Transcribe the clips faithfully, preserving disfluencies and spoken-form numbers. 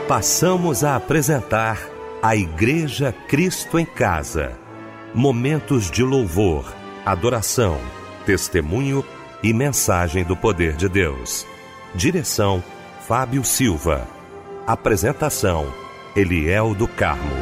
Passamos a apresentar a Igreja Cristo em Casa. Momentos de louvor, adoração, testemunho e mensagem do poder de Deus. Direção, Fábio Silva. Apresentação, Eliel do Carmo.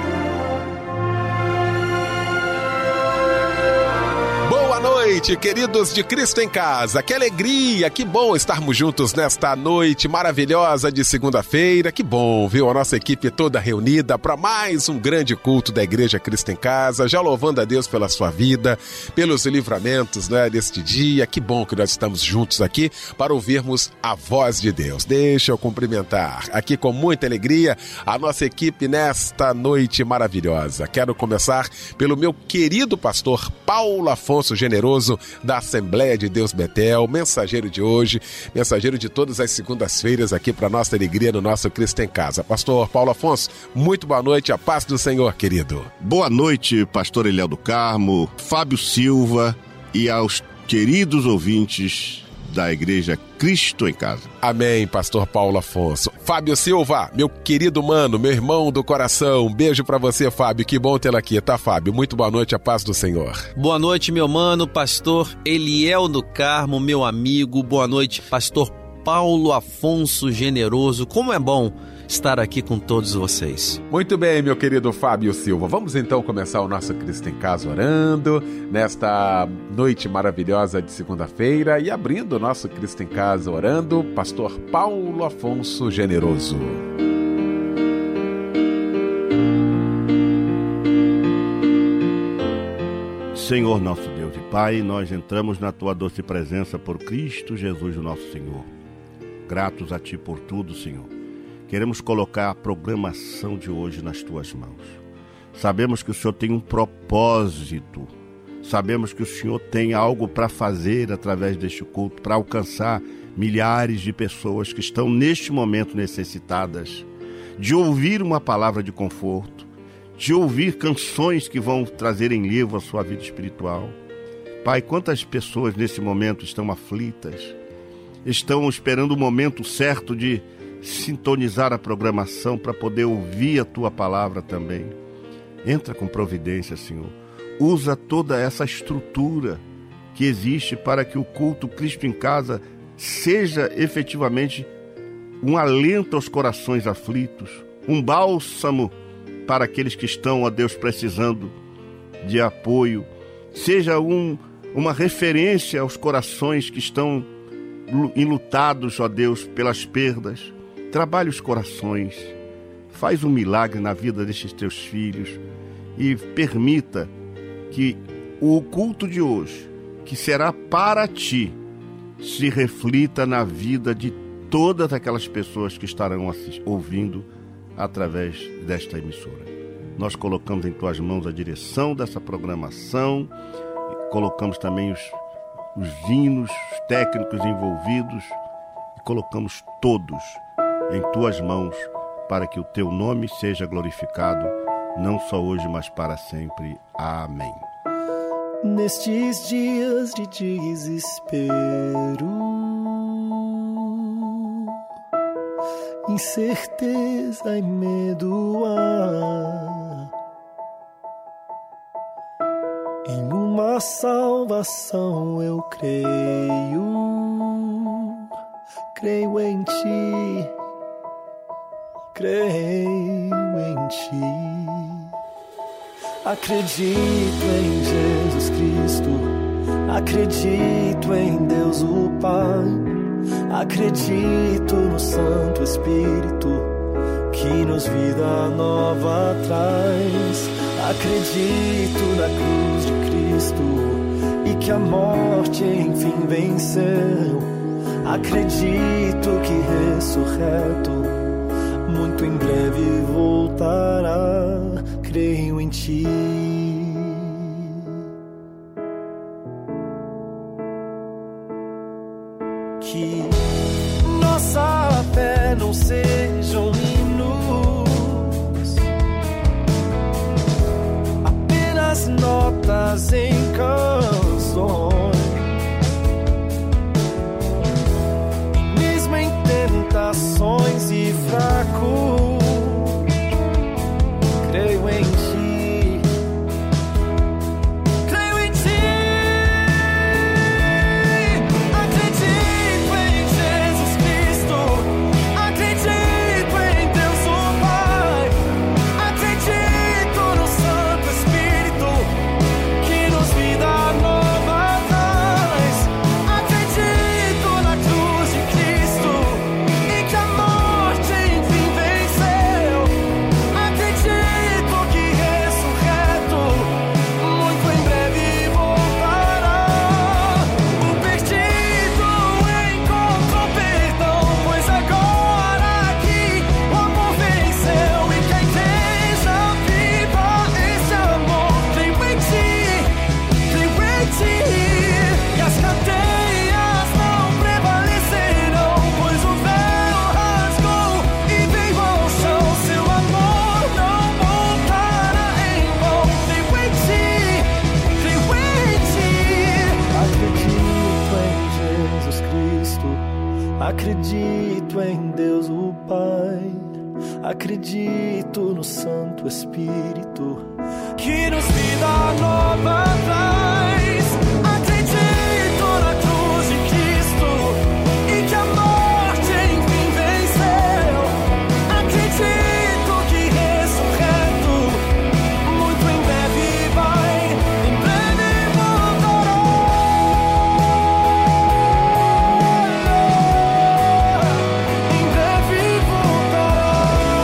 Boa noite, queridos de Cristo em Casa. Que alegria, que bom estarmos juntos nesta noite maravilhosa de segunda-feira. Que bom, viu? A nossa equipe toda reunida para mais um grande culto da Igreja Cristo em Casa, já louvando a Deus pela sua vida, pelos livramentos, né, deste dia. Que bom que nós estamos juntos aqui para ouvirmos a voz de Deus. Deixa eu cumprimentar aqui com muita alegria a nossa equipe nesta noite maravilhosa. Quero começar pelo meu querido pastor Paulo Afonso Generoso, da Assembleia de Deus Betel, mensageiro de hoje, mensageiro de todas as segundas-feiras aqui para nossa alegria no nosso Cristo em Casa. Pastor Paulo Afonso, muito boa noite, a paz do Senhor, querido. Boa noite, pastor Eliel do Carmo, Fábio Silva e aos queridos ouvintes da Igreja Cristo em Casa. Amém, pastor Paulo Afonso. Fábio Silva, meu querido mano, meu irmão do coração, um beijo pra você, Fábio, que bom tê-lo aqui, tá, Fábio? Muito boa noite, a paz do Senhor. Boa noite, meu mano, pastor Eliel do Carmo, meu amigo, boa noite, pastor Paulo Afonso Generoso. Como é bom estar aqui com todos vocês. Muito bem, meu querido Fábio Silva. Vamos então começar o nosso Cristo em Casa orando nesta noite maravilhosa de segunda-feira e abrindo o nosso Cristo em Casa orando, pastor Paulo Afonso Generoso. Senhor nosso Deus e Pai, nós entramos na Tua doce presença por Cristo Jesus, o nosso Senhor. Gratos a Ti por tudo, Senhor. Queremos colocar a programação de hoje nas Tuas mãos. Sabemos que o Senhor tem um propósito. Sabemos que o Senhor tem algo para fazer através deste culto, para alcançar milhares de pessoas que estão neste momento necessitadas de ouvir uma palavra de conforto, de ouvir canções que vão trazer em livro a sua vida espiritual. Pai, quantas pessoas nesse momento estão aflitas, estão esperando o momento certo de sintonizar a programação para poder ouvir a Tua palavra também. Entra com providência, Senhor. Usa toda essa estrutura que existe para que o culto Cristo em Casa seja efetivamente um alento aos corações aflitos, um bálsamo para aqueles que estão, ó Deus, precisando de apoio, seja um, uma referência aos corações que estão enlutados, ó Deus, pelas perdas. Trabalhe os corações, faz um milagre na vida destes teus filhos e permita que o culto de hoje, que será para ti, se reflita na vida de todas aquelas pessoas que estarão ouvindo através desta emissora. Nós colocamos em tuas mãos a direção dessa programação, colocamos também os, os hinos, os técnicos envolvidos e colocamos todos em tuas mãos, para que o teu nome seja glorificado, não só hoje, mas para sempre. Amém. Nestes dias de desespero, incerteza e medo há, em uma salvação eu creio, creio em ti. Creio em ti, acredito em Jesus Cristo, acredito em Deus o Pai, acredito no Santo Espírito que nos vida nova traz, acredito na cruz de Cristo e que a morte enfim venceu, acredito que ressurreto muito em breve voltará, creio em ti. Que nossa fé não sejam hinos, apenas notas em canções, e mesmo em tentações e fracuras, cadeias não prevalecerão, pois o véu rasgou e veio ao chão. Seu amor não voltará em vão. Creio em ti, creio em ti. Acredito em Jesus Cristo, acredito em Deus o Pai, acredito no Santo Espírito, que nos vida nova traz. Acredito na cruz de Cristo e que a morte enfim venceu. Acredito que ressurreto, muito em breve vai, em breve voltará. Em breve voltará.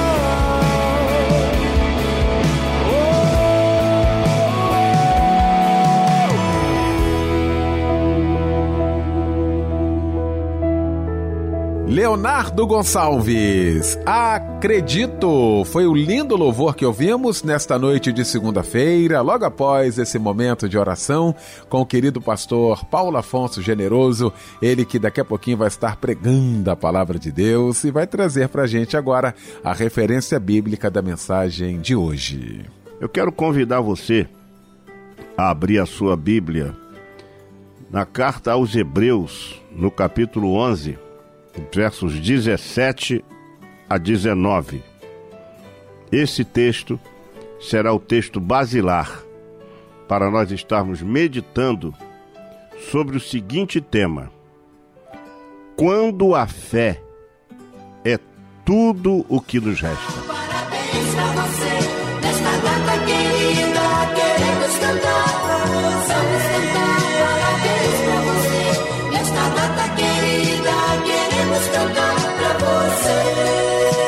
Leonardo Gonçalves, acredito, foi o lindo louvor que ouvimos nesta noite de segunda-feira, logo após esse momento de oração com o querido pastor Paulo Afonso Generoso, ele que daqui a pouquinho vai estar pregando a palavra de Deus e vai trazer para a gente agora a referência bíblica da mensagem de hoje. Eu quero convidar você a abrir a sua Bíblia na carta aos Hebreus, no capítulo onze, versos dezessete a dezenove. Esse texto será o texto basilar para nós estarmos meditando sobre o seguinte tema: quando a fé é tudo o que nos resta. Parabéns pra você, nesta data querida, queremos cantar, vamos cantar. Parabéns pra você, nesta data querida, queremos cantar pra você.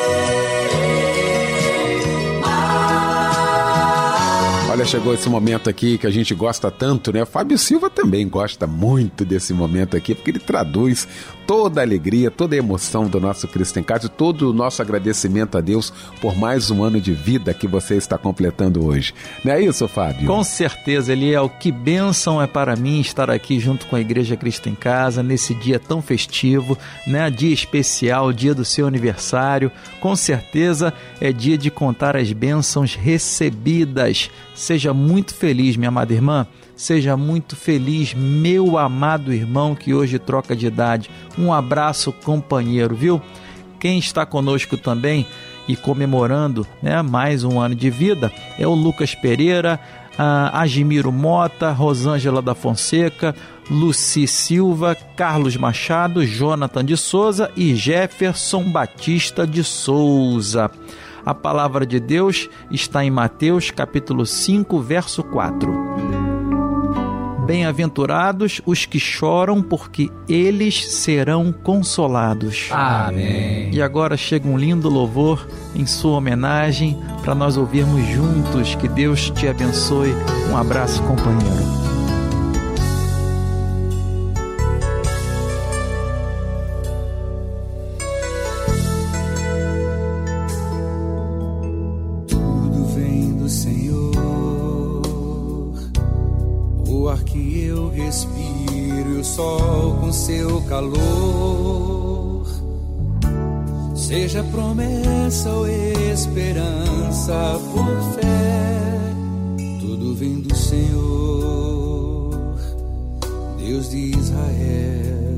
Olha, chegou esse momento aqui que a gente gosta tanto, né? Fábio Silva também gosta muito desse momento aqui, porque ele traduz toda a alegria, toda a emoção do nosso Cristo em Casa e todo o nosso agradecimento a Deus por mais um ano de vida que você está completando hoje. Não é isso, Fábio? Com certeza, Eliel, que bênção é para mim estar aqui junto com a Igreja Cristo em Casa, nesse dia tão festivo, né? Dia especial, dia do seu aniversário. Com certeza é dia de contar as bênçãos recebidas. Seja muito feliz, minha amada irmã. Seja muito feliz, meu amado irmão que hoje troca de idade. Um abraço, companheiro, viu? Quem está conosco também e comemorando, né, mais um ano de vida é o Lucas Pereira, a Agimiro Mota, Rosângela da Fonseca, Luci Silva, Carlos Machado, Jonathan de Souza e Jefferson Batista de Souza. A palavra de Deus está em Mateus capítulo cinco, verso quatro. Bem-aventurados os que choram, porque eles serão consolados. Amém. E agora chega um lindo louvor em sua homenagem para nós ouvirmos juntos. Que Deus te abençoe. Um abraço, companheiro. Sol com seu calor, seja promessa ou esperança por fé, tudo vem do Senhor, Deus de Israel.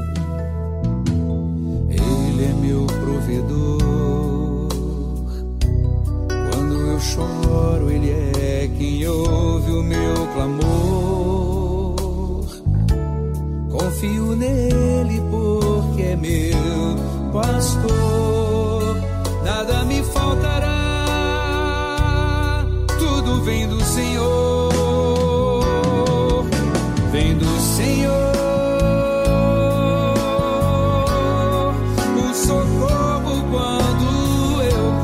Ele é meu provedor, quando eu choro, Ele é quem ouve o meu clamor. Confio nele porque é meu pastor, nada me faltará, tudo vem do Senhor, vem do Senhor, o socorro quando eu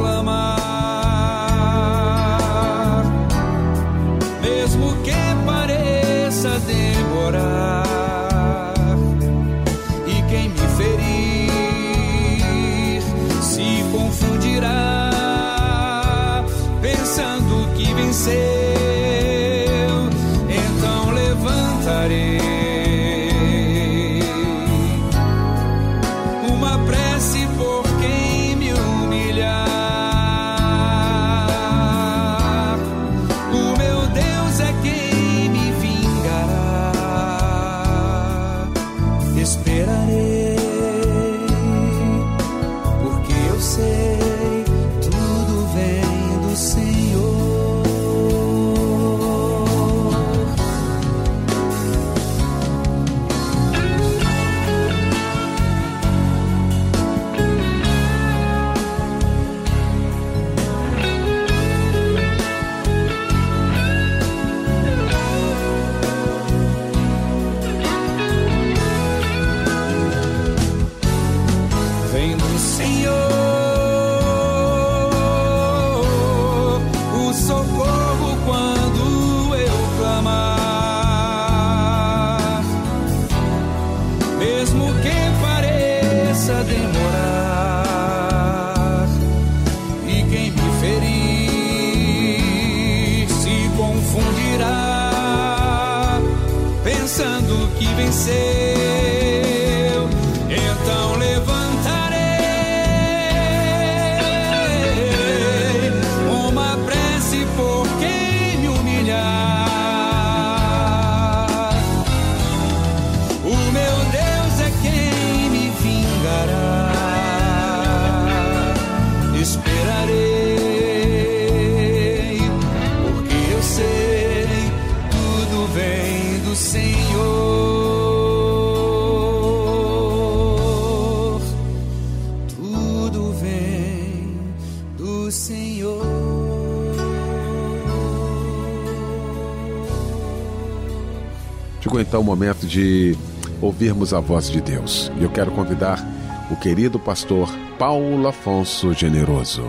clamar, mesmo que pareça demorar. Pensando que venceu, então levantarei Senhor, o socorro quando eu clamar, mesmo que pareça demorar, e quem me ferir se confundirá, pensando que venceu. Então levantarei uma prece por quem me humilhar. O meu Deus é quem me vingará. Esperarei, porque eu sei, tudo vem do Senhor. Chegou então o momento de ouvirmos a voz de Deus. E eu quero convidar o querido pastor Paulo Afonso Generoso.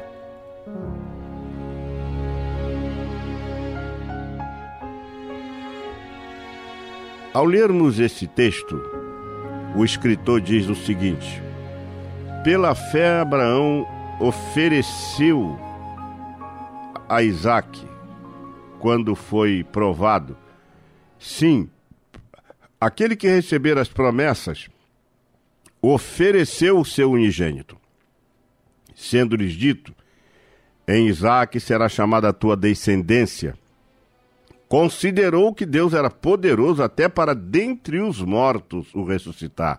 Ao lermos esse texto, o escritor diz o seguinte: pela fé Abraão ofereceu a Isaque quando foi provado. Sim, aquele que receber as promessas ofereceu o seu unigênito, sendo-lhes dito: em Isaque será chamada a tua descendência. Considerou que Deus era poderoso até para dentre os mortos o ressuscitar.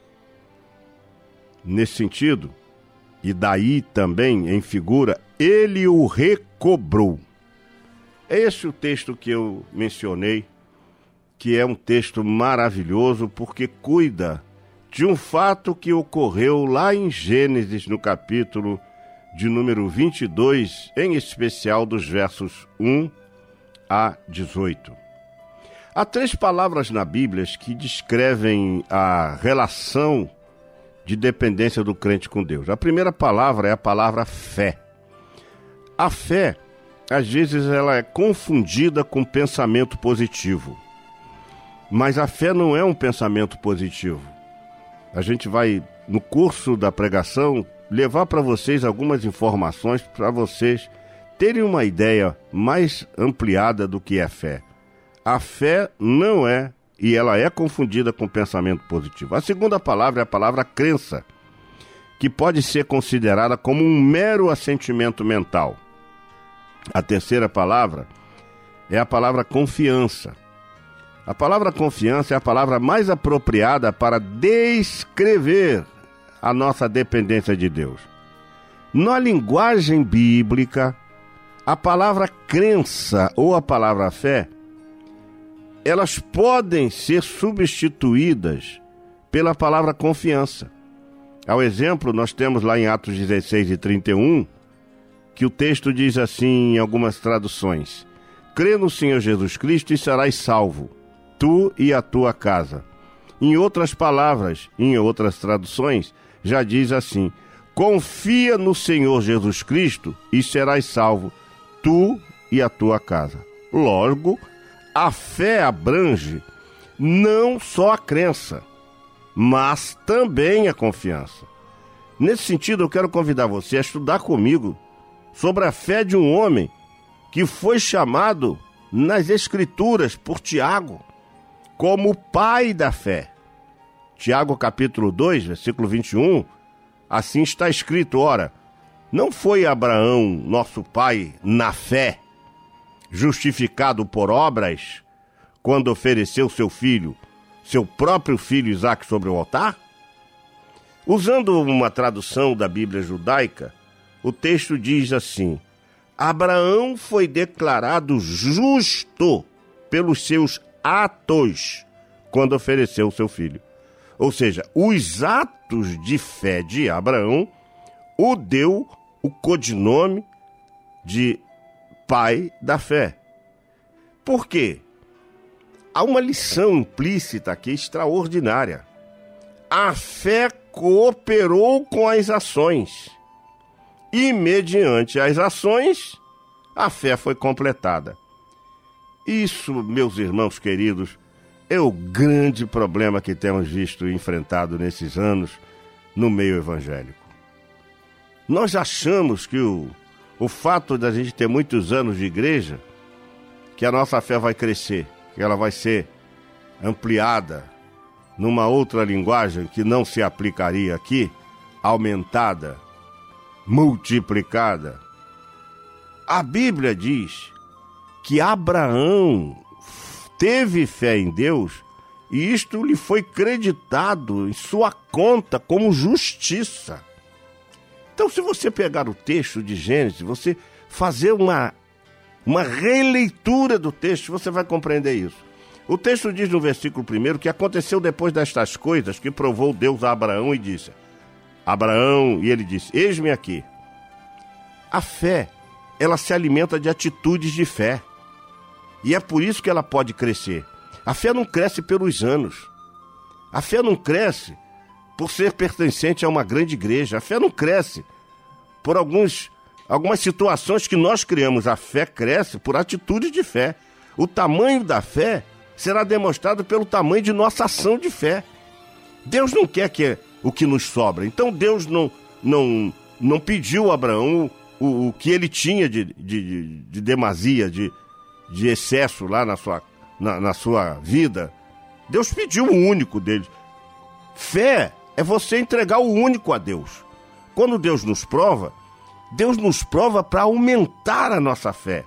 Nesse sentido, e daí também em figura, ele o recobrou. É esse o texto que eu mencionei, que é um texto maravilhoso porque cuida de um fato que ocorreu lá em Gênesis, no capítulo de número vinte e dois, em especial dos versos um a dezoito. Há três palavras na Bíblia que descrevem a relação de dependência do crente com Deus. A primeira palavra é a palavra fé. A fé, às vezes, ela é confundida com pensamento positivo. Mas a fé não é um pensamento positivo. A gente vai, no curso da pregação, levar para vocês algumas informações para vocês terem uma ideia mais ampliada do que é fé. A fé não é, e ela é confundida com pensamento positivo. A segunda palavra é a palavra crença, que pode ser considerada como um mero assentimento mental. A terceira palavra é a palavra confiança. A palavra confiança é a palavra mais apropriada para descrever a nossa dependência de Deus. Na linguagem bíblica, a palavra crença ou a palavra fé, elas podem ser substituídas pela palavra confiança. Ao exemplo, nós temos lá em Atos dezesseis e trinta e um, que o texto diz assim em algumas traduções: crê no Senhor Jesus Cristo e serás salvo, tu e a tua casa. Em outras palavras, em outras traduções, já diz assim: confia no Senhor Jesus Cristo e serás salvo, tu e a tua casa. Logo, a fé abrange não só a crença, mas também a confiança. Nesse sentido, eu quero convidar você a estudar comigo sobre a fé de um homem que foi chamado nas Escrituras por Tiago como pai da fé. Tiago capítulo dois, versículo vinte e um, assim está escrito: ora, não foi Abraão, nosso pai, na fé, justificado por obras, quando ofereceu seu filho, seu próprio filho Isaque, sobre o altar? Usando uma tradução da Bíblia judaica, o texto diz assim: Abraão foi declarado justo pelos seus atos quando ofereceu seu filho. Ou seja, os atos de fé de Abraão o deu o codinome de pai da fé. Por quê? Há uma lição implícita aqui extraordinária. a fé cooperou com as ações. E, mediante as ações, a fé foi completada. Isso, meus irmãos queridos, é o grande problema que temos visto e enfrentado nesses anos no meio evangélico. Nós achamos que o, o fato da gente ter muitos anos de igreja, que a nossa fé vai crescer, que ela vai ser ampliada numa outra linguagem que não se aplicaria aqui, aumentada, multiplicada. A Bíblia diz que Abraão teve fé em Deus e isto lhe foi creditado em sua conta como justiça. Então, se você pegar o texto de Gênesis, você fazer uma, uma releitura do texto, você vai compreender isso. O texto diz no versículo primeiro que aconteceu depois destas coisas que provou Deus a Abraão e disse: Abraão, e ele disse, eis-me aqui. A fé, ela se alimenta de atitudes de fé. E é por isso que ela pode crescer. A fé não cresce pelos anos. A fé não cresce por ser pertencente a uma grande igreja. A fé não cresce por alguns, algumas situações que nós criamos. A fé cresce por atitudes de fé. O tamanho da fé será demonstrado pelo tamanho de nossa ação de fé. Deus não quer que é o que nos sobra. Então Deus não, não, não pediu a Abraão o, o que ele tinha de, de, de demasia, de, de excesso lá na sua, na, na sua vida. Deus pediu o único dele. Fé é você entregar o único a Deus. Quando Deus nos prova, Deus nos prova para aumentar a nossa fé.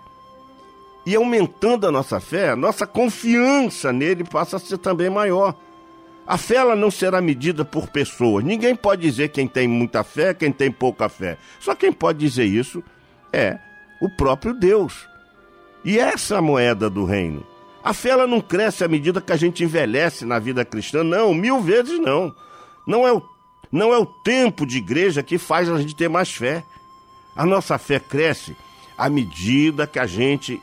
E aumentando a nossa fé, a nossa confiança nele passa a ser também maior. A fé ela não será medida por pessoas. Ninguém pode dizer quem tem muita fé, quem tem pouca fé. Só quem pode dizer isso é o próprio Deus. E essa é a moeda do reino. A fé ela não cresce à medida que a gente envelhece na vida cristã. Não, mil vezes não. Não é o, não é o tempo de igreja que faz a gente ter mais fé. A nossa fé cresce à medida que a gente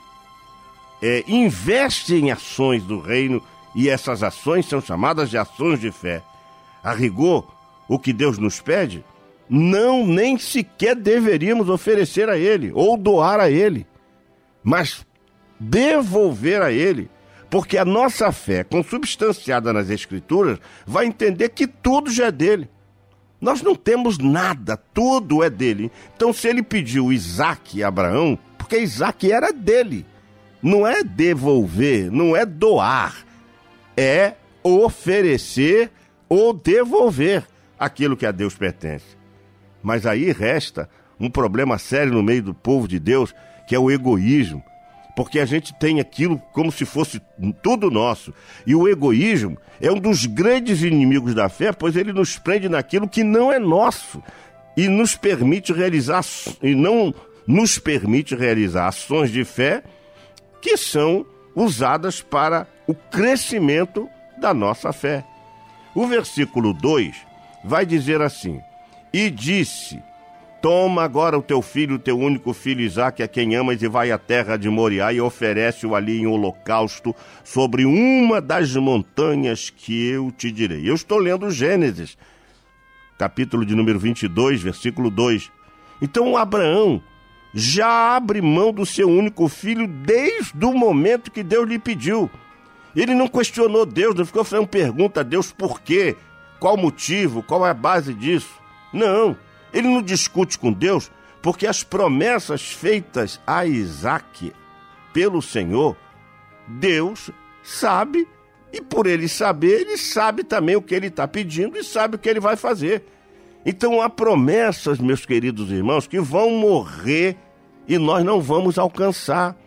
é, investe em ações do reino. E essas ações são chamadas de ações de fé. A rigor, o que Deus nos pede, não nem sequer deveríamos oferecer a Ele, ou doar a Ele, mas devolver a Ele, porque a nossa fé, consubstanciada nas Escrituras, vai entender que tudo já é dele. Nós não temos nada, tudo é dele. Então, se Ele pediu Isaque a Abraão, porque Isaque era dele, não é devolver, não é doar, é oferecer ou devolver aquilo que a Deus pertence. Mas aí resta um problema sério no meio do povo de Deus, que é o egoísmo. Porque a gente tem aquilo como se fosse tudo nosso. E o egoísmo é um dos grandes inimigos da fé, pois ele nos prende naquilo que não é nosso e nos permite realizar e não nos permite realizar ações de fé que são usadas para o crescimento da nossa fé. O versículo dois vai dizer assim: e disse, toma agora o teu filho, o teu único filho Isaque, a quem amas, e vai à terra de Moriá e oferece-o ali em holocausto sobre uma das montanhas que eu te direi. Eu estou lendo Gênesis, capítulo de número vinte e dois, versículo dois. Então Abraão já abre mão do seu único filho desde o momento que Deus lhe pediu. Ele não questionou Deus, não ficou fazendo pergunta a Deus por quê, qual motivo, qual é a base disso. Não, ele não discute com Deus, porque as promessas feitas a Isaque pelo Senhor, Deus sabe, e por ele saber, ele sabe também o que ele está pedindo e sabe o que ele vai fazer. Então há promessas, meus queridos irmãos, que vão morrer e nós não vamos alcançar.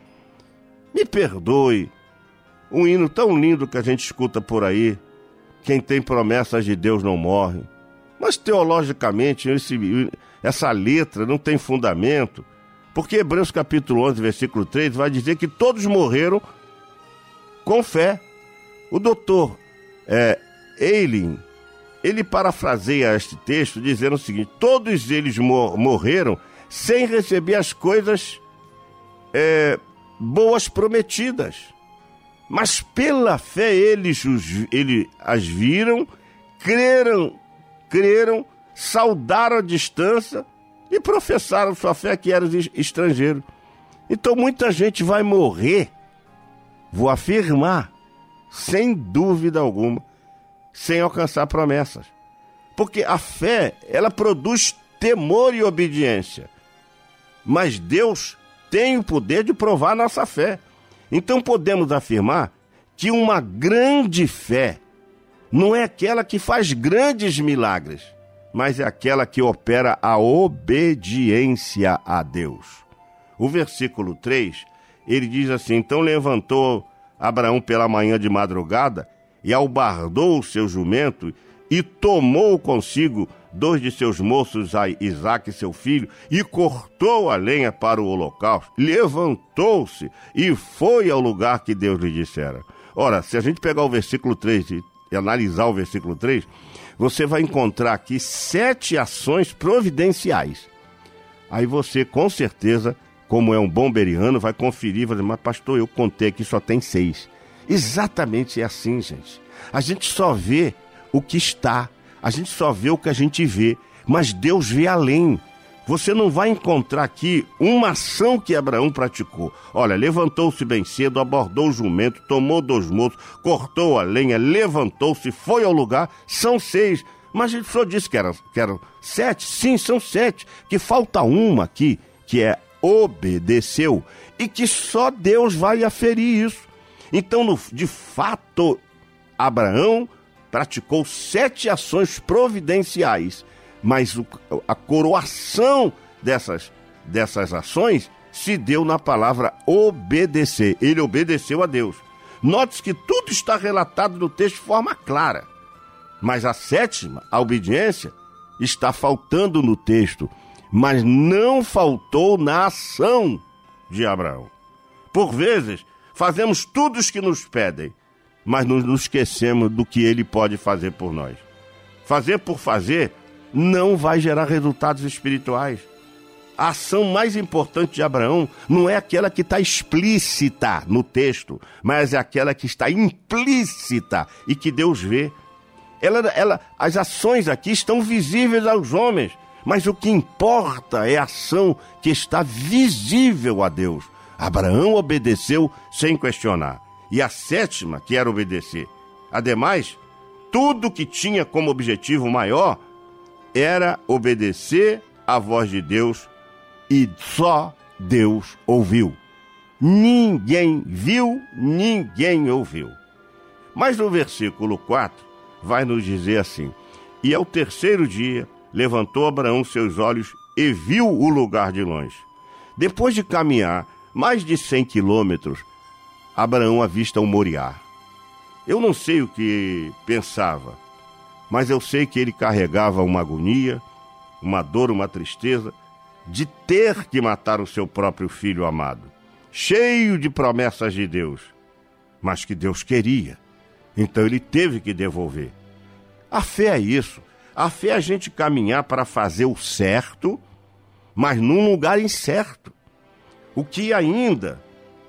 Me perdoe, um hino tão lindo que a gente escuta por aí, quem tem promessas de Deus não morre. Mas teologicamente esse, essa letra não tem fundamento, porque Hebreus capítulo onze, versículo três, vai dizer que todos morreram com fé. O doutor é, Eileen, ele parafraseia este texto dizendo o seguinte: todos eles mor- morreram sem receber as coisas é, boas prometidas, mas pela fé eles, os, eles as viram creram, creram, saudaram a distância e professaram sua fé que eram estrangeiros. Então muita gente vai morrer, vou afirmar, sem dúvida alguma, sem alcançar promessas. Porque a fé, ela produz temor e obediência. Mas Deus tem o poder de provar a nossa fé. Então podemos afirmar que uma grande fé não é aquela que faz grandes milagres, mas é aquela que opera a obediência a Deus. O versículo três, ele diz assim: então levantou Abraão pela manhã de madrugada e albardou o seu jumento e tomou consigo dois de seus moços, a Isaque, seu filho, e cortou a lenha para o holocausto, levantou-se e foi ao lugar que Deus lhe dissera. Ora, se a gente pegar o versículo três e, e analisar o versículo três, você vai encontrar aqui sete ações providenciais. Aí você, com certeza, como é um bom beriano, vai conferir, vai dizer: mas pastor, eu contei aqui, só tem seis. Exatamente é assim, gente. A gente só vê o que está, a gente só vê o que a gente vê, mas Deus vê além. Você não vai encontrar aqui uma ação que Abraão praticou. Olha, levantou-se bem cedo, abordou o jumento, tomou dois moços, cortou a lenha, levantou-se, foi ao lugar. São seis, mas ele só disse que eram, que eram sete. Sim, são sete, que falta uma aqui, que é obedeceu, e que só Deus vai aferir isso. Então, no, de fato, Abraão praticou sete ações providenciais, mas o, a coroação dessas, dessas ações se deu na palavra obedecer. Ele obedeceu a Deus. Note que tudo está relatado no texto de forma clara, mas a sétima, a obediência, está faltando no texto, mas não faltou na ação de Abraão. Por vezes, fazemos tudo o que nos pedem, mas nos esquecemos do que ele pode fazer por nós. Fazer por fazer não vai gerar resultados espirituais. A ação mais importante de Abraão não é aquela que está explícita no texto, mas é aquela que está implícita e que Deus vê. Ela, ela, as ações aqui estão visíveis aos homens, mas o que importa é a ação que está visível a Deus. Abraão obedeceu sem questionar. E a sétima, que era obedecer. Ademais, tudo que tinha como objetivo maior era obedecer à voz de Deus, e só Deus ouviu. Ninguém viu, ninguém ouviu. Mas no versículo quatro vai nos dizer assim: e ao terceiro dia levantou Abraão seus olhos e viu o lugar de longe. Depois de caminhar mais de cem quilômetros, Abraão avista um Moriá. Eu não sei o que pensava, mas eu sei que ele carregava uma agonia, uma dor, uma tristeza de ter que matar o seu próprio filho amado, cheio de promessas de Deus, mas que Deus queria. Então ele teve que devolver. A fé é isso. A fé é a gente caminhar para fazer o certo, mas num lugar incerto. O que ainda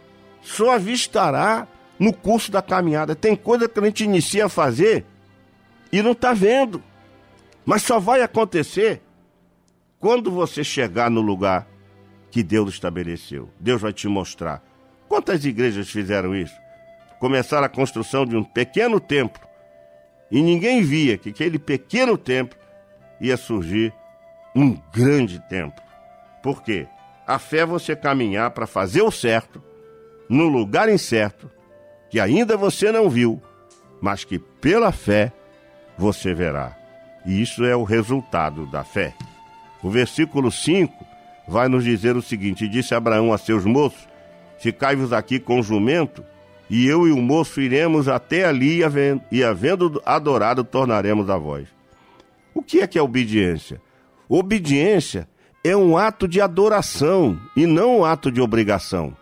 só avistará no curso da caminhada. Tem coisa que a gente inicia a fazer e não está vendo. Mas só vai acontecer quando você chegar no lugar que Deus estabeleceu. Deus vai te mostrar. Quantas igrejas fizeram isso? Começaram a construção de um pequeno templo e ninguém via que aquele pequeno templo ia surgir um grande templo. Por quê? A fé é você caminhar para fazer o certo, no lugar incerto, que ainda você não viu, mas que pela fé você verá. E isso é o resultado da fé. O versículo cinco vai nos dizer o seguinte: e disse Abraão a seus moços: ficai-vos aqui com o jumento, e eu e o moço iremos até ali, e havendo adorado, tornaremos a vós. O que é que é obediência? Obediência é um ato de adoração e não um ato de obrigação.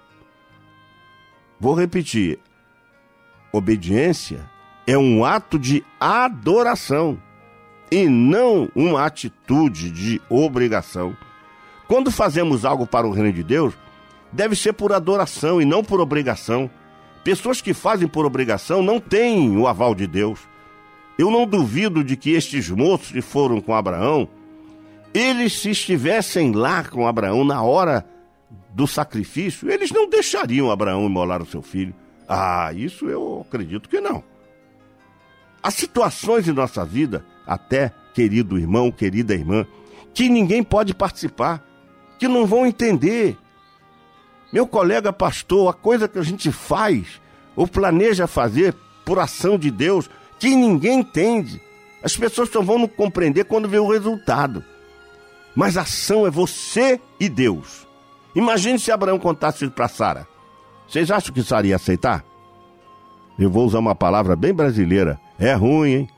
Vou repetir. Obediência é um ato de adoração e não uma atitude de obrigação. Quando fazemos algo para o reino de Deus, deve ser por adoração e não por obrigação. Pessoas que fazem por obrigação não têm o aval de Deus. Eu não duvido de que estes moços que foram com Abraão, eles se estivessem lá com Abraão na hora do sacrifício, eles não deixariam Abraão imolar o seu filho. Ah, isso eu acredito que não. Há situações em nossa vida, até, querido irmão, querida irmã, que ninguém pode participar, que não vão entender. Meu colega pastor, a coisa que a gente faz ou planeja fazer por ação de Deus, que ninguém entende. As pessoas só vão compreender quando vê o resultado. Mas a ação é você e Deus. Imagine se Abraão contasse isso para Sara. Vocês acham que Sara ia aceitar? Eu vou usar uma palavra bem brasileira. É ruim, hein?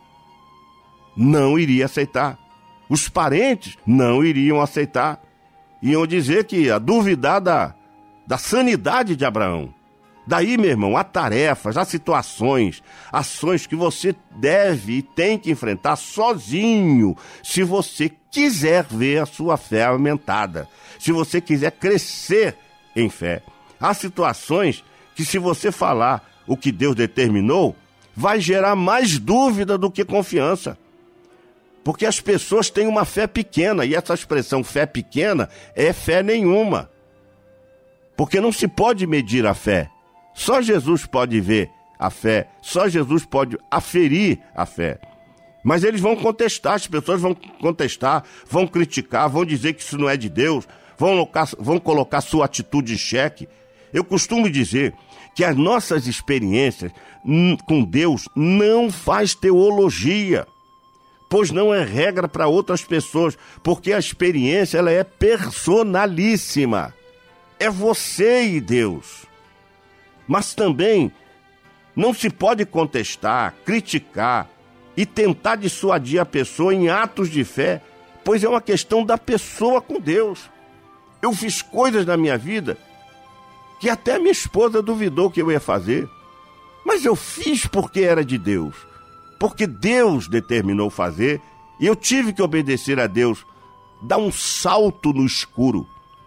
Não iria aceitar. Os parentes não iriam aceitar. Iam dizer que ia duvidar da, da sanidade de Abraão. Daí, meu irmão, há tarefas, há situações, ações que você deve e tem que enfrentar sozinho, se você quiser ver a sua fé aumentada, se você quiser crescer em fé. Há situações que, se você falar o que Deus determinou, vai gerar mais dúvida do que confiança. Porque as pessoas têm uma fé pequena, e essa expressão fé pequena é fé nenhuma. Porque não se pode medir a fé. Só Jesus pode ver a fé, só Jesus pode aferir a fé. Mas eles vão contestar, as pessoas vão contestar, vão criticar, vão dizer que isso não é de Deus, vão colocar, vão colocar sua atitude em xeque. Eu costumo dizer que as nossas experiências com Deus não faz teologia, pois não é regra para outras pessoas, porque a experiência ela é personalíssima. É você e Deus. Mas também não se pode contestar, criticar e tentar dissuadir a pessoa em atos de fé, pois é uma questão da pessoa com Deus. Eu fiz coisas na minha vida que até minha esposa duvidou que eu ia fazer, mas eu fiz porque era de Deus, porque Deus determinou fazer e eu tive que obedecer a Deus, dar um salto no escuro,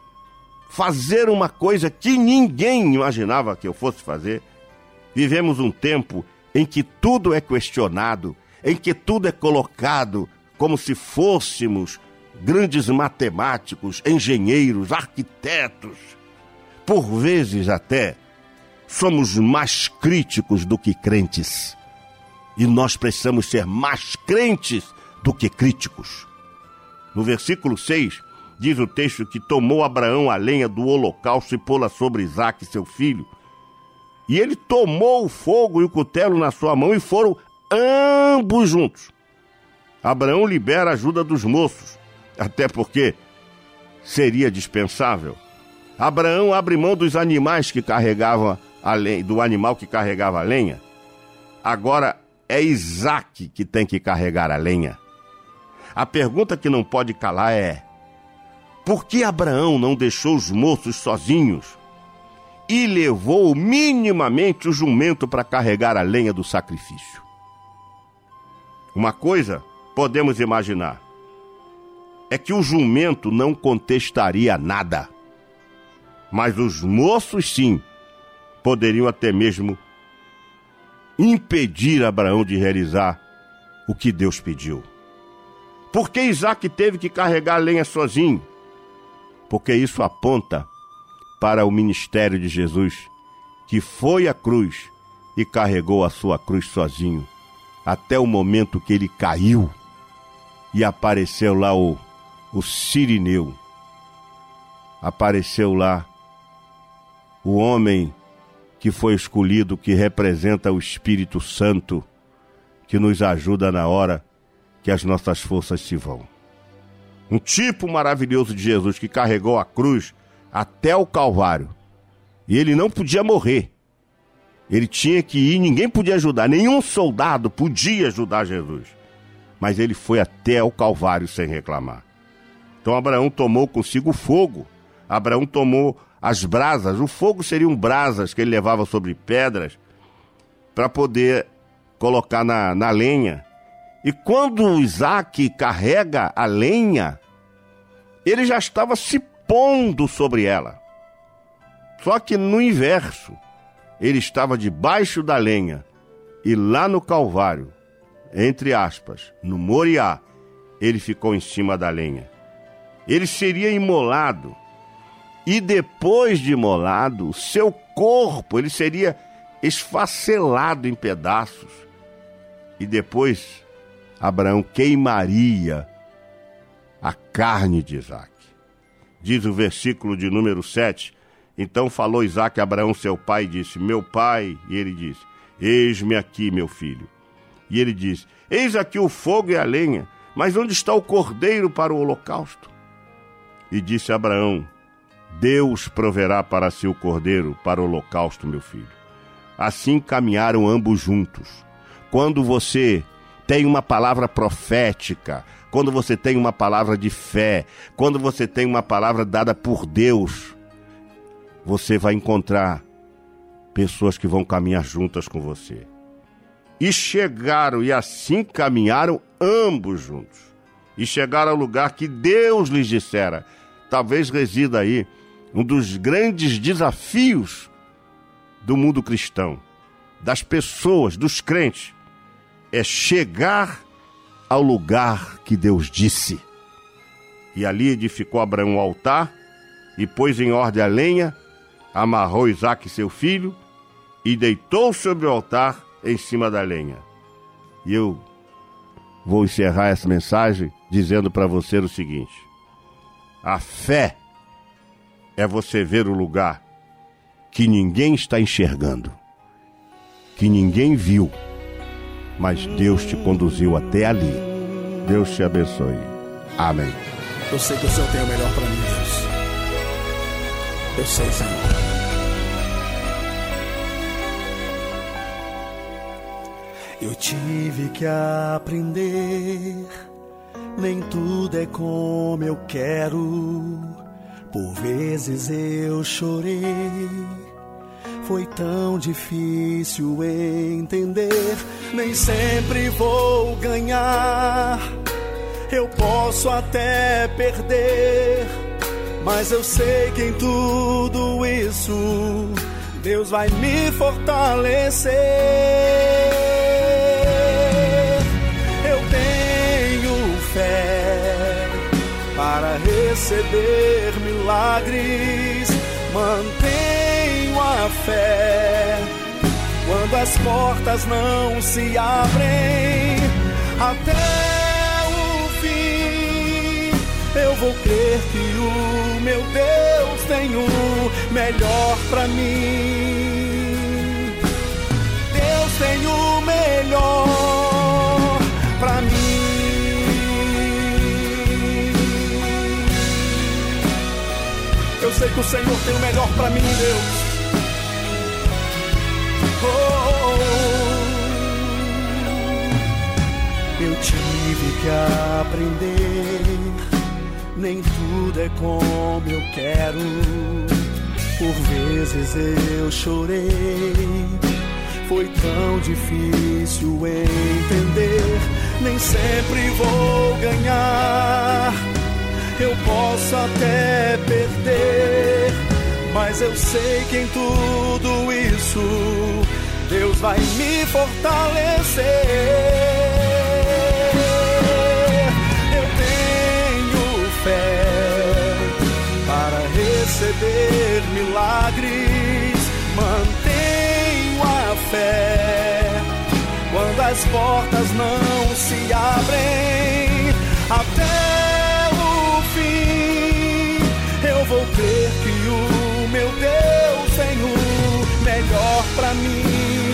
fazer uma coisa que ninguém imaginava que eu fosse fazer. Vivemos um tempo em que tudo é questionado, em que tudo é colocado como se fôssemos grandes matemáticos, engenheiros, arquitetos. Por vezes até somos mais críticos do que crentes. E nós precisamos ser mais crentes do que críticos. No versículo seis, diz o texto que tomou Abraão a lenha do holocausto e pô-la sobre Isaque, seu filho. E ele tomou o fogo e o cutelo na sua mão e foram ambos juntos. Abraão libera a ajuda dos moços, até porque seria dispensável. Abraão abre mão dos animais que carregavam a lenha, do animal que carregava a lenha. Agora é Isaque que tem que carregar a lenha. A pergunta que não pode calar é: por que Abraão não deixou os moços sozinhos e levou minimamente o jumento para carregar a lenha do sacrifício? Uma coisa podemos imaginar, é que o jumento não contestaria nada, mas os moços sim poderiam até mesmo impedir Abraão de realizar o que Deus pediu. Por que Isaque teve que carregar a lenha sozinho? Porque isso aponta para o ministério de Jesus, que foi à cruz e carregou a sua cruz sozinho, até o momento que ele caiu e apareceu lá o, o Sirineu. Apareceu lá o homem que foi escolhido, que representa o Espírito Santo, que nos ajuda na hora que as nossas forças se vão. Um tipo maravilhoso de Jesus que carregou a cruz até o Calvário. E ele não podia morrer. Ele tinha que ir, ninguém podia ajudar, nenhum soldado podia ajudar Jesus. Mas ele foi até o Calvário sem reclamar. Então Abraão tomou consigo o fogo. Abraão tomou as brasas. O fogo seriam brasas que ele levava sobre pedras para poder colocar na, na lenha. E quando Isaque carrega a lenha, ele já estava se pondo sobre ela. Só que no inverso, ele estava debaixo da lenha. E lá no Calvário, entre aspas, no Moriá, ele ficou em cima da lenha. Ele seria imolado. E depois de imolado, o seu corpo, ele seria esfacelado em pedaços. E depois, Abraão queimaria a carne de Isaque. Diz o versículo de número sete, então falou Isaque a Abraão, seu pai, e disse, meu pai, e ele disse, eis-me aqui, meu filho. E ele disse, eis aqui o fogo e a lenha, mas onde está o cordeiro para o holocausto? E disse Abraão, Deus proverá para si o cordeiro para o holocausto, meu filho. Assim caminharam ambos juntos. Quando você tem uma palavra profética, quando você tem uma palavra de fé, quando você tem uma palavra dada por Deus, você vai encontrar pessoas que vão caminhar juntas com você. E chegaram, e assim caminharam ambos juntos. E chegaram ao lugar que Deus lhes dissera. Talvez resida aí um dos grandes desafios do mundo cristão, das pessoas, dos crentes, é chegar ao lugar que Deus disse. E ali edificou Abraão um altar e pôs em ordem a lenha, amarrou Isaque seu filho e deitou sobre o altar em cima da lenha. E eu vou encerrar essa mensagem dizendo para você o seguinte: a fé é você ver o lugar que ninguém está enxergando, que ninguém viu, mas Deus te conduziu até ali. Deus te abençoe. Amém. Eu sei que o Senhor tem o melhor para mim, Deus. Eu sei, Senhor. Eu tive que aprender, nem tudo é como eu quero. Por vezes eu chorei, foi tão difícil entender. Nem sempre vou ganhar, eu posso até perder, mas eu sei que em tudo isso Deus vai me fortalecer. Eu tenho fé para receber milagres, mantenho a fé quando as portas não se abrem. Até o fim eu vou crer que o meu Deus tem o melhor pra mim. Deus tem o melhor pra mim. Eu sei que o Senhor tem o melhor pra mim, Deus. Oh, oh, oh. Eu tive que aprender, nem tudo é como eu quero. Por vezes eu chorei, foi tão difícil entender. Nem sempre vou ganhar, eu posso até perder, mas eu sei que em tudo isso Deus vai me fortalecer. Eu tenho fé para receber milagres, mantenho a fé quando as portas não se abrem. Até o fim eu vou crer que o meu Deus tem o melhor pra mim.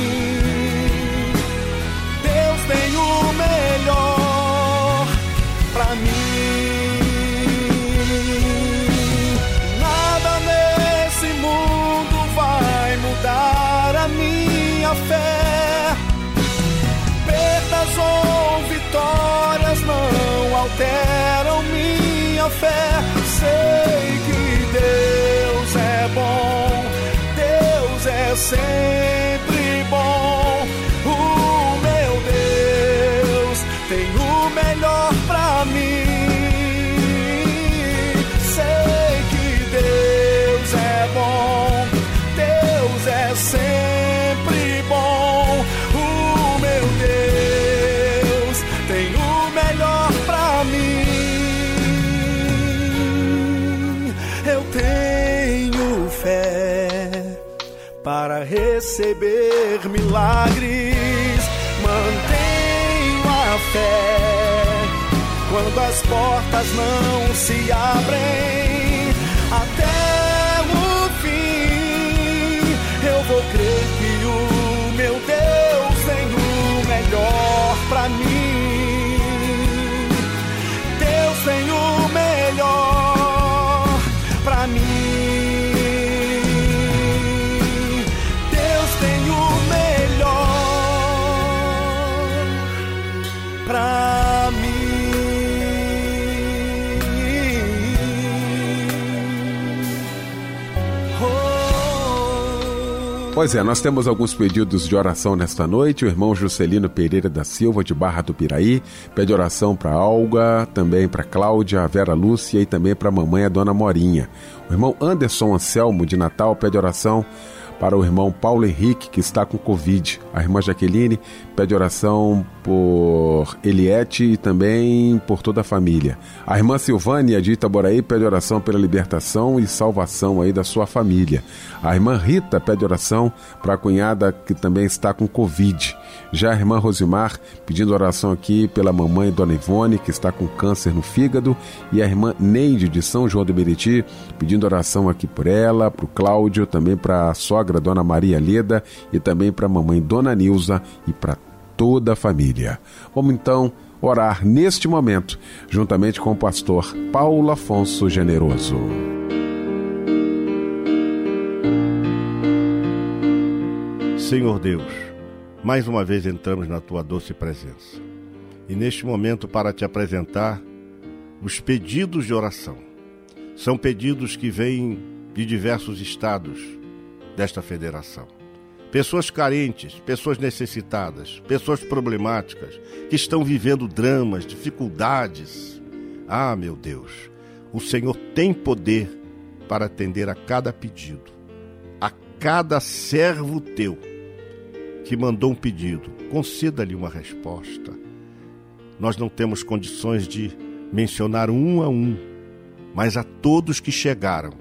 Deus tem o melhor pra mim. Nada nesse mundo vai mudar a minha fé. Perdas ou vitórias não alteram minha fé. Sei que Deus é bom, Deus é sempre bom. O meu Deus tem o melhor pra mim. Sei que Deus é bom, Deus é sempre bom. O meu Deus para receber milagres. Mantenho a fé quando as portas não se abrem. Até o fim eu vou crer que o meu Deus tem o melhor pra mim. Deus tem o melhor pra mim. Deus tem o melhor pra mim. Pois é, nós temos alguns pedidos de oração nesta noite. O irmão Juscelino Pereira da Silva, de Barra do Piraí, pede oração para Olga, também para Cláudia, a Vera Lúcia e também para a mamãe, a dona Morinha. O irmão Anderson Anselmo, de Natal, pede oração para o irmão Paulo Henrique, que está com Covid. A irmã Jaqueline pede oração por Eliette e também por toda a família. A irmã Silvânia, de Itaboraí, pede oração pela libertação e salvação aí da sua família. A irmã Rita pede oração para a cunhada, que também está com Covid. Já a irmã Rosimar pedindo oração aqui pela mamãe Dona Ivone, que está com câncer no fígado. E a irmã Neide, de São João do Meriti, pedindo oração aqui por ela, para o Cláudio, também para a sogra Dona Maria Leda e também para a mamãe Dona Nilza e para toda a família. Vamos então orar neste momento, juntamente com o pastor Paulo Afonso Generoso. Senhor Deus, mais uma vez entramos na Tua doce presença. E neste momento, para Te apresentar os pedidos de oração. São pedidos que vêm de diversos estados desta federação. Pessoas carentes, pessoas necessitadas, pessoas problemáticas, que estão vivendo dramas, dificuldades. Ah, meu Deus, o Senhor tem poder para atender a cada pedido, a cada servo Teu que mandou um pedido. Conceda-lhe uma resposta. Nós não temos condições de mencionar um a um, mas a todos que chegaram,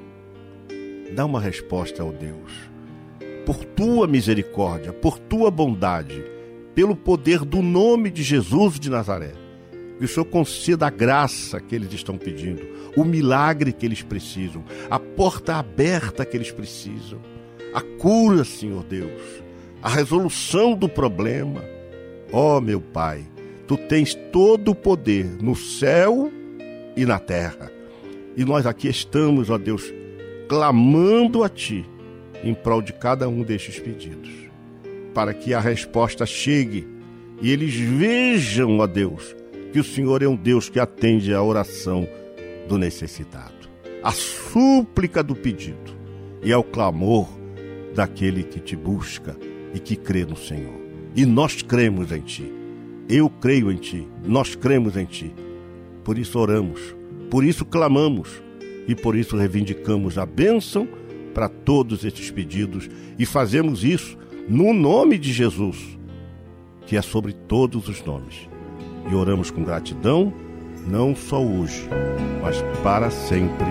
dá uma resposta, ó Deus. Por Tua misericórdia, por Tua bondade, pelo poder do nome de Jesus de Nazaré, que o Senhor conceda a graça que eles estão pedindo, o milagre que eles precisam, a porta aberta que eles precisam, a cura, Senhor Deus, a resolução do problema. Ó meu Pai, Tu tens todo o poder no céu e na terra. E nós aqui estamos, ó Deus, clamando a Ti em prol de cada um destes pedidos, para que a resposta chegue e eles vejam, ó Deus, que o Senhor é um Deus que atende a oração do necessitado, a súplica do pedido e ao clamor daquele que Te busca e que crê no Senhor. E nós cremos em Ti. Eu creio em Ti. Nós cremos em Ti. Por isso oramos, por isso clamamos e por isso reivindicamos a bênção para todos esses pedidos e fazemos isso no nome de Jesus, que é sobre todos os nomes. E oramos com gratidão, não só hoje, mas para sempre.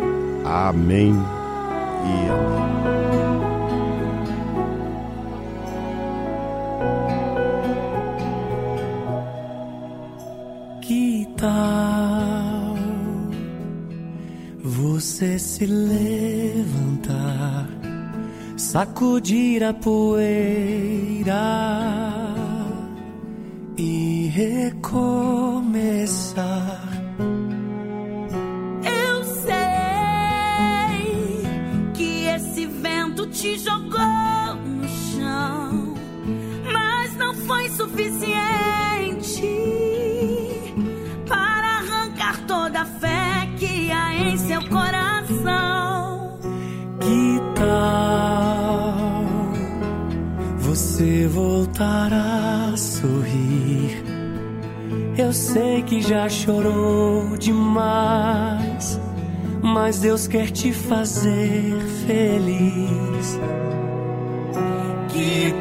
Amém e amém. Que tal você se levantar, sacudir a poeira e recomeçar? Eu sei que esse vento te jogou no chão, mas não foi suficiente para arrancar toda a fé que há em seu coração. Que tal você voltar a sorrir? Eu sei que já chorou demais, mas Deus quer te fazer feliz. Que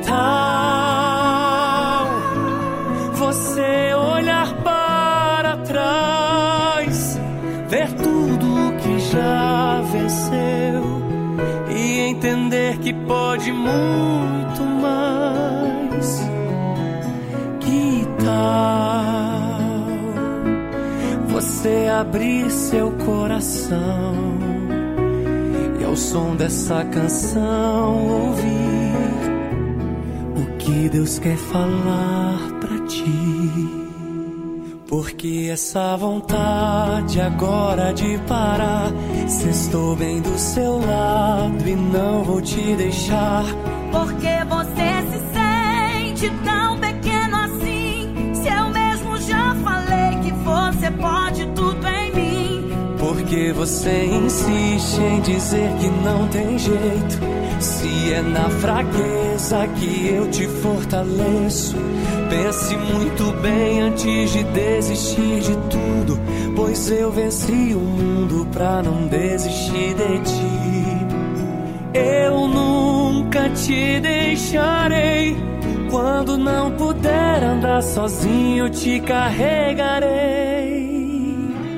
tal você olhar para trás, ver tudo que já venceu e entender que pode muito mais. Que tal você abrir seu coração e ao som dessa canção ouvir o que Deus quer falar pra ti? Porque essa vontade agora de parar, se estou bem do seu lado e não vou te deixar. Porque você se sente tão pequeno assim, se eu mesmo já falei que você pode tudo em mim. Porque você insiste em dizer que não tem jeito, se é na fraqueza que eu te fortaleço. Pense muito bem antes de desistir de tudo, pois eu venci o mundo pra não desistir de ti. Eu nunca te deixarei, quando não puder andar sozinho te carregarei.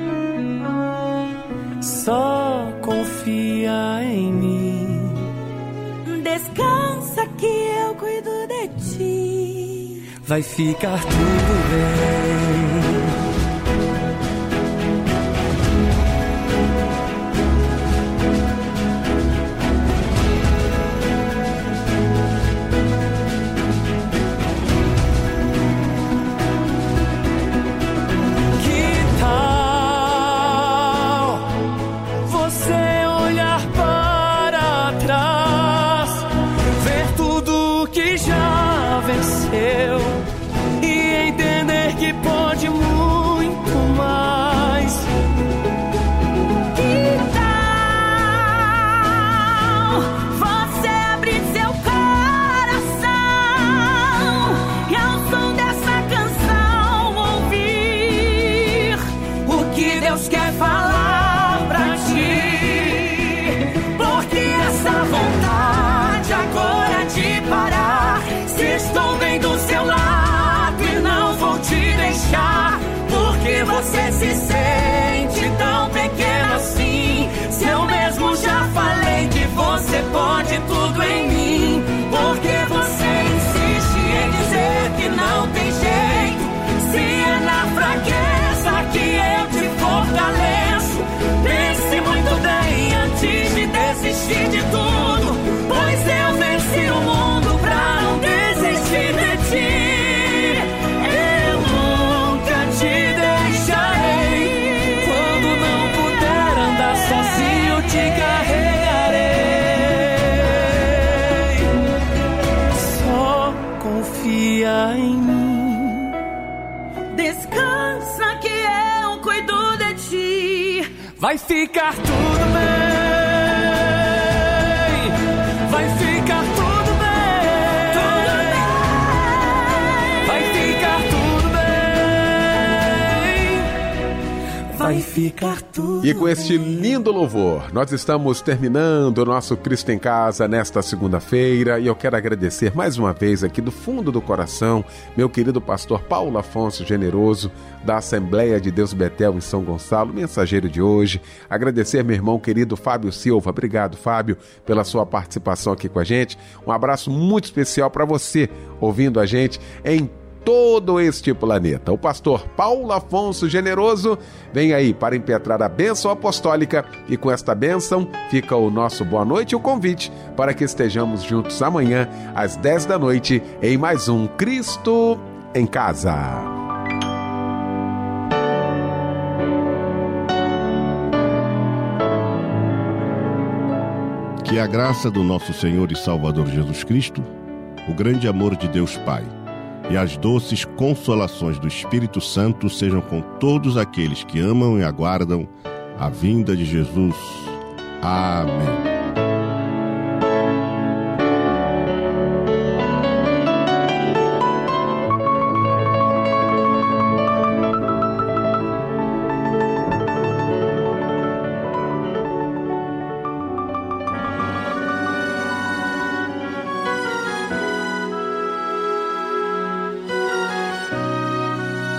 Só confia em mim, descansa que eu cuido de ti. Vai ficar tudo bem. Que tal você olhar para trás, ver tudo que já venceu e entender que pode muito mais. Que tal você abrir seu coração e ao som dessa canção ouvir o que Deus quer falar pra ti? Porque essa vontade agora de parar, se estou bem do seu lado e não vou te deixar. Porque você se sente tão pequeno assim, se eu mesmo já falei que você pode tudo em mim. Porque você insiste em dizer que não tem jeito, se é na fraqueza que eu te fortaleço. Pense muito bem antes de desistir de tudo, pois eu venci o mundo pra não desistir de ti. Eu nunca te deixarei, quando não puder andar sozinho te carregarei. Só confia em mim, descansa que eu cuido de ti. vai ficar tudo bem. Vai ficar tudo bem. Tudo Vai ficar tudo bem. Vai ficar tudo E com este bem. lindo louvor, nós estamos terminando o nosso Cristo em Casa nesta segunda-feira e eu quero agradecer mais uma vez aqui do fundo do coração meu querido pastor Paulo Afonso Generoso, da Assembleia de Deus Betel em São Gonçalo, mensageiro de hoje. Agradecer meu irmão querido Fábio Silva. Obrigado, Fábio, pela sua participação aqui com a gente. Um abraço muito especial para você, ouvindo a gente em todo este planeta. O pastor Paulo Afonso Generoso vem aí para impetrar a bênção apostólica e com esta bênção fica o nosso boa noite e o convite para que estejamos juntos amanhã às dez da noite em mais um Cristo em Casa. Que a graça do nosso Senhor e Salvador Jesus Cristo, o grande amor de Deus Pai e as doces consolações do Espírito Santo sejam com todos aqueles que amam e aguardam a vinda de Jesus. Amém.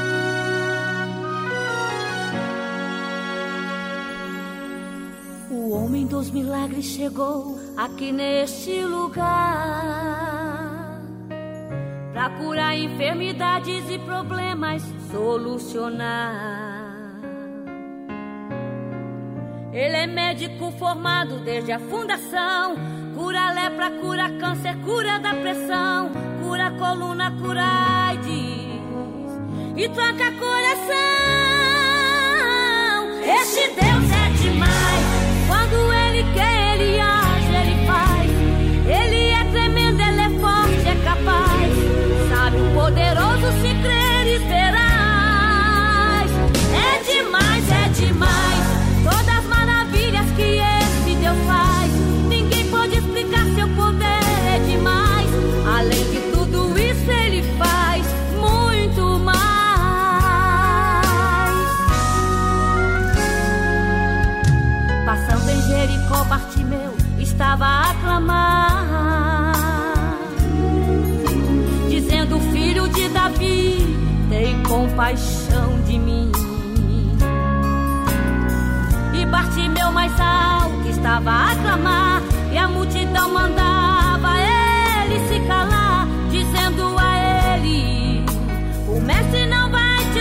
O O homem dos milagres chegou aqui neste lugar pra curar enfermidades e problemas, solucionar. Ele é médico formado desde a fundação. Cura lepra, cura câncer, cura da pressão, cura coluna, cura AIDS e troca coração. Este Deus é demais. Quando Ele quer, Ele age, Ele faz. Ele é tremendo, Ele é forte, é capaz. Sabe o poderoso, se creres verás. É demais, é demais. Todas as maravilhas que esse Deus faz. Ninguém pode explicar seu poder, é demais. Além de tudo isso, Ele faz muito mais. Passando em Jericó, Bartimeu estava a clamar, dizendo: filho de Davi, tem compaixão de mim. E Bartimeu mais alto estava a clamar, e a multidão mandava ele se calar, dizendo a ele: o mestre não vai te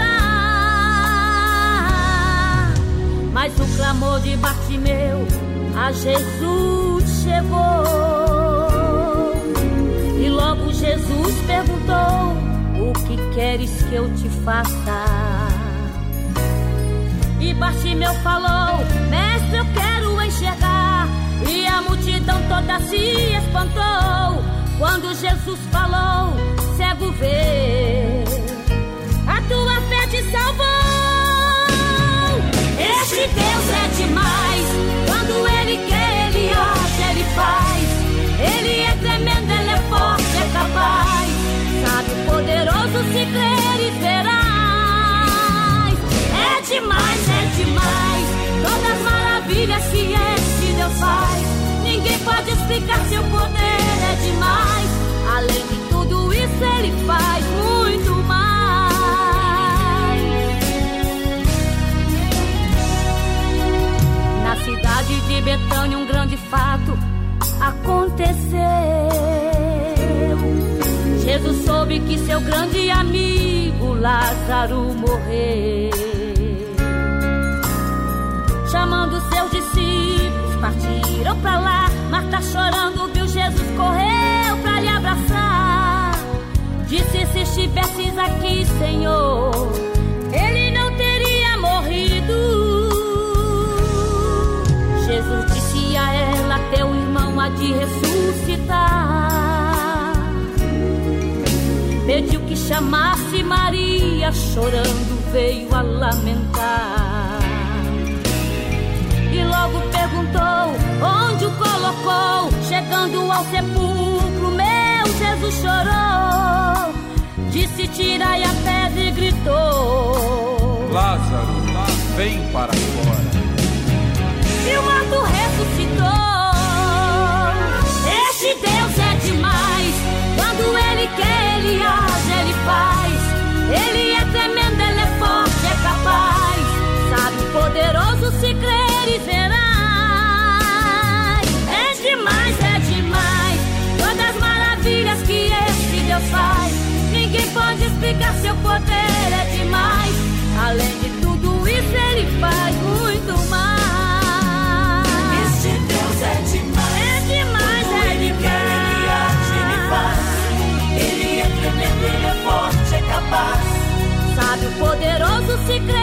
escutar. Mas o clamor de Bartimeu a Jesus chegou, e logo Jesus perguntou: o que queres que eu te faça? E Bartimeu falou: mestre, eu quero enxergar. E a multidão toda se espantou quando Jesus falou: cego vê, a tua fé te salvou. Este Deus é demais. Quando Ele quer, Ele age, Ele faz. Ele é tremendo, Ele é forte, é capaz. Sabe o poderoso, se creres verás. É demais, é demais. Todas as maravilhas que esse Deus faz. Ninguém pode explicar seu poder, é demais. Além de tudo isso, Ele faz muito mais. Na cidade de Betânia um grande fato aconteceu. Jesus soube que seu grande amigo Lázaro morreu. Chamando seus discípulos, partiram pra lá. Marta chorando viu Jesus, correu pra lhe abraçar. Disse: se estivesses aqui, Senhor, ele não teria morrido. Jesus disse a ela: teu irmão há de ressuscitar. Pediu que chamasse Maria, chorando veio a lamentar. E logo perguntou onde o colocou. Chegando ao sepulcro, meu Jesus chorou. Disse: tirai a pedra, e gritou: Lázaro, vem para fora. E o morto ressuscitou. Este Deus é demais. Quando Ele quer, Ele age, Ele faz. Ele é tremendo, Ele é forte, é capaz. Sabe o poderoso, se creres verás. É demais, é demais. Todas as maravilhas que esse Deus faz. Ninguém pode explicar seu poder, é demais. Além de tudo isso, Ele faz muito mais. Este Deus é demais. É demais, Quando é Ele quer, Ele age, Ele faz. Ele é tremendo, Ele é forte, é capaz. Sabe o poderoso, se crê.